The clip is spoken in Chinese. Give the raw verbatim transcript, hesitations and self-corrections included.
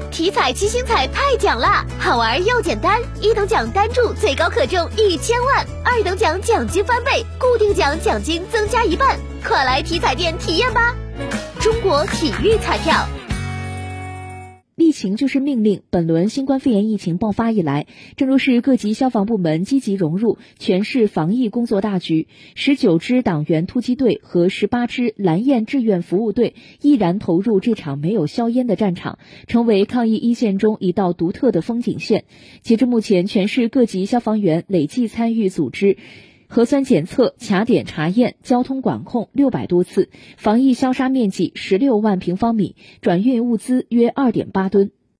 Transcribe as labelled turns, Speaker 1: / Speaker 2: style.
Speaker 1: 体彩七星彩太奖啦，好玩又简单，一等奖单注最高可中一千万，二等奖奖金翻倍，固定奖奖金增加一半，快来体彩店体验吧！中国体育彩票。
Speaker 2: 疫情就是命令。本轮新冠肺炎疫情爆发以来，郑州市各级消防部门积极融入全市防疫工作大局，十九支党员突击队和十八支蓝焰志愿服务队毅然投入这场没有硝烟的战场，成为抗疫一线中一道独特的风景线。截至目前，全市各级消防员累计参与组织核酸检测、卡点查验、交通管控六百多次，防疫消杀面积十六万平方米，转运物资约二点八吨。